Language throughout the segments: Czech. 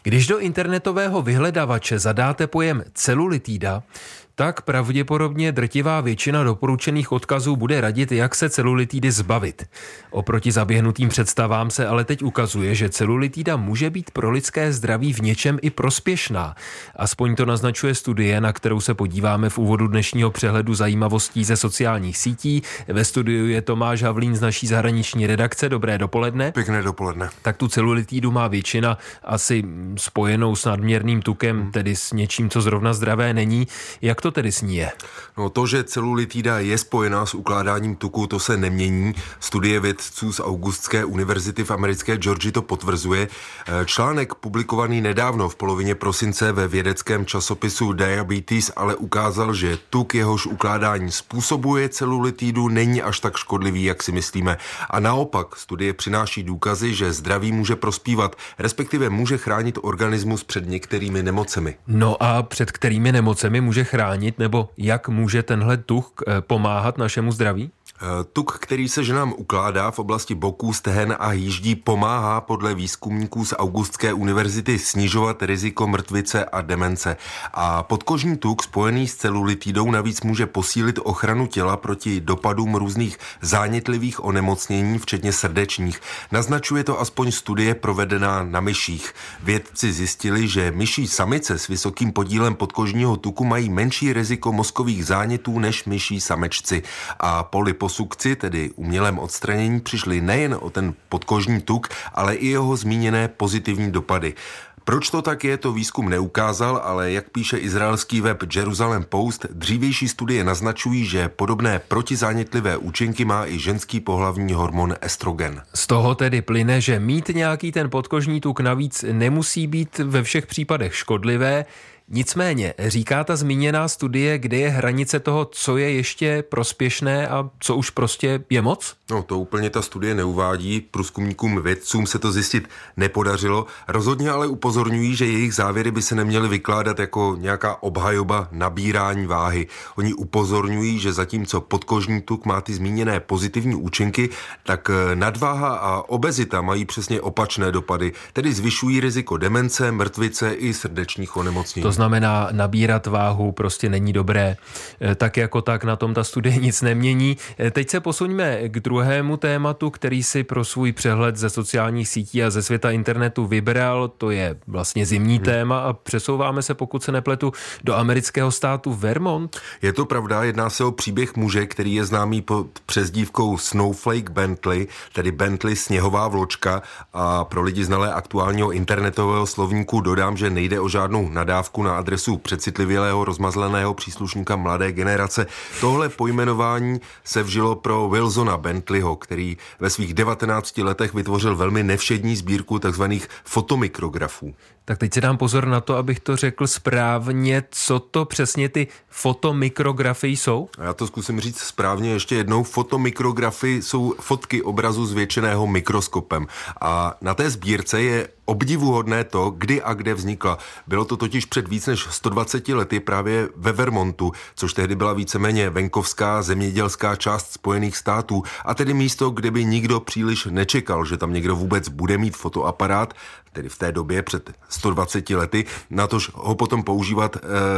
Když do internetového vyhledavače zadáte pojem celulitída, tak pravděpodobně drtivá většina doporučených odkazů bude radit, jak se celulitidy zbavit. Oproti zaběhnutým představám se ale teď ukazuje, že celulitída může být pro lidské zdraví v něčem i prospěšná. Aspoň to naznačuje studie, na kterou se podíváme v úvodu dnešního přehledu zajímavostí ze sociálních sítí. Ve studiu je Tomáš Havlín z naší zahraniční redakce. Dobré dopoledne. Pěkné dopoledne. Tak tu celulitidu má většina asi spojenou s nadměrným tukem, tedy s něčím, co zrovna zdravé není. Jak to tedy s ní je? No to, že celulitída je spojená s ukládáním tuku, to se nemění. Studie vědců z Augustské univerzity v americké Georgii to potvrzuje. Článek publikovaný nedávno v polovině prosince ve vědeckém časopisu Diabetes ale ukázal, že tuk, jehož ukládání způsobuje celulitidu, není až tak škodlivý, jak si myslíme. A naopak studie přináší důkazy, že zdraví může prospívat, respektive může chránit organismus před některými nemocemi. No a před kterými nemocemi může chránit, nebo jak může tenhle tuk pomáhat našemu zdraví? Tuk, který se ženám ukládá v oblasti boků, stehen a hýždí, pomáhá podle výzkumníků z Augustské univerzity snižovat riziko mrtvice a demence. A podkožní tuk spojený s celulitidou navíc může posílit ochranu těla proti dopadům různých zánětlivých onemocnění, včetně srdečních. Naznačuje to aspoň studie provedená na myších. Vědci zjistili, že myší samice s vysokým podílem podkožního tuku mají menší riziko mozkových zánětů než myší samečci. A po liposukci, tedy umělém odstranění, přišli nejen o ten podkožní tuk, ale i jeho zmíněné pozitivní dopady. Proč to tak je, to výzkum neukázal, ale jak píše izraelský web Jerusalem Post, dřívější studie naznačují, že podobné protizánětlivé účinky má i ženský pohlavní hormon estrogen. Z toho tedy plyne, že mít nějaký ten podkožní tuk navíc nemusí být ve všech případech škodlivé. Nicméně, říká ta zmíněná studie, kde je hranice toho, co je ještě prospěšné a co už prostě je moc? No, to úplně ta studie neuvádí, průzkumníkům vědcům se to zjistit nepodařilo, rozhodně ale upozorňují, že jejich závěry by se neměly vykládat jako nějaká obhajoba nabírání váhy. Oni upozorňují, že zatímco podkožní tuk má ty zmíněné pozitivní účinky, tak nadváha a obezita mají přesně opačné dopady, tedy zvyšují riziko demence, mrtvice i srdečních onemocnění. To znamená, nabírat váhu prostě není dobré. Tak jako tak na tom ta studie nic nemění. Teď se posuňme k druhému tématu, který si pro svůj přehled ze sociálních sítí a ze světa internetu vybral. To je vlastně zimní téma a přesouváme se, pokud se nepletu, do amerického státu Vermont. Je to pravda, jedná se o příběh muže, který je známý pod přezdívkou Snowflake Bentley, tedy Bentley sněhová vločka, a pro lidi znalé aktuálního internetového slovníku dodám, že nejde o žádnou nadávku na adresu přecitlivělého rozmazleného příslušníka mladé generace. Tohle pojmenování se vžilo pro Wilsona Bentleyho, který ve svých 19 letech vytvořil velmi nevšední sbírku takzvaných fotomikrografů. Tak teď si dám pozor na to, abych to řekl správně, co to přesně ty fotomikrografy jsou? A já to zkusím říct správně ještě jednou. Fotomikrografy jsou fotky obrazu zvětšeného mikroskopem. A na té sbírce je obdivuhodné to, kdy a kde vznikla. Bylo to totiž před víc než 120 lety právě ve Vermontu, což tehdy byla víceméně venkovská zemědělská část Spojených států, a tedy místo, kde by nikdo příliš nečekal, že tam někdo vůbec bude mít fotoaparát, tedy v té době před 120 lety, natož ho potom používat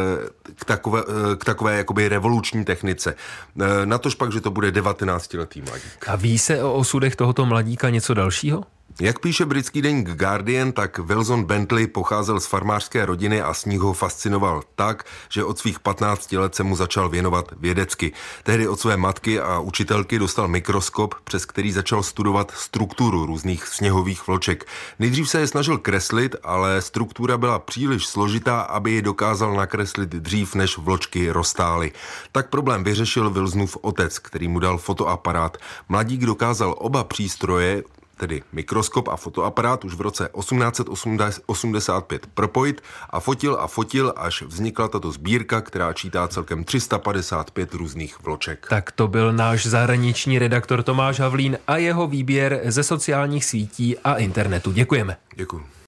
k takové jakoby revoluční technice. Natož pak, že to bude 19letý mladík. A ví se o osudech tohoto mladíka něco dalšího? Jak píše britský deník Guardian, tak Wilson Bentley pocházel z farmářské rodiny a sníh ho fascinoval tak, že od svých 15 let se mu začal věnovat vědecky. Tehdy od své matky a učitelky dostal mikroskop, přes který začal studovat strukturu různých sněhových vloček. Nejdřív se je snažil kreslit, ale struktura byla příliš složitá, aby ji dokázal nakreslit dřív, než vločky roztály. Tak problém vyřešil Wilsonův otec, který mu dal fotoaparát. Mladík dokázal oba přístroje, tedy mikroskop a fotoaparát, už v roce 1885 propojit a fotil, až vznikla tato sbírka, která čítá celkem 355 různých vloček. Tak to byl náš zahraniční redaktor Tomáš Havlín a jeho výběr ze sociálních sítí a internetu. Děkujeme. Děkuji.